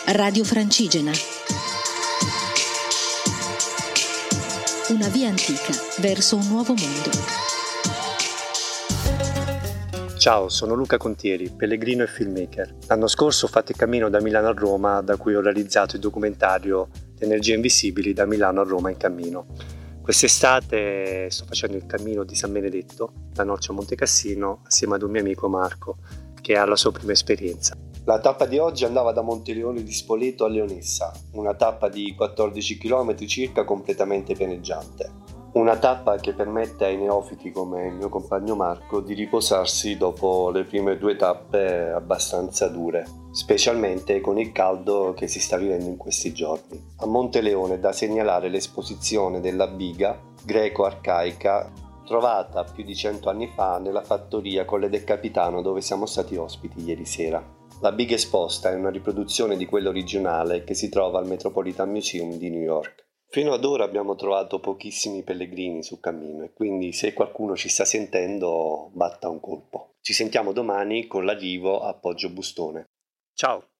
Radio Francigena. Una via antica verso un nuovo mondo. Ciao, sono Luca Contieri, pellegrino e filmmaker. L'anno scorso ho fatto il cammino da Milano a Roma, da cui ho realizzato il documentario Energie Invisibili da Milano a Roma in cammino. Quest'estate sto facendo il cammino di San Benedetto, da Norcia a Monte Cassino, assieme ad un mio amico Marco, che ha la sua prima esperienza. La tappa di oggi andava da Monteleone di Spoleto a Leonessa, una tappa di 14 km circa completamente pianeggiante. Una tappa che permette ai neofiti come il mio compagno Marco di riposarsi dopo le prime 2 tappe abbastanza dure, specialmente con il caldo che si sta vivendo in questi giorni. A Monteleone è da segnalare l'esposizione della biga greco-arcaica trovata più di 100 anni fa nella fattoria Colle del Capitano dove siamo stati ospiti ieri sera. La biga esposta è una riproduzione di quella originale che si trova al Metropolitan Museum di New York. Fino ad ora abbiamo trovato pochissimi pellegrini sul cammino e quindi se qualcuno ci sta sentendo batta un colpo. Ci sentiamo domani con l'arrivo a Poggio Bustone. Ciao!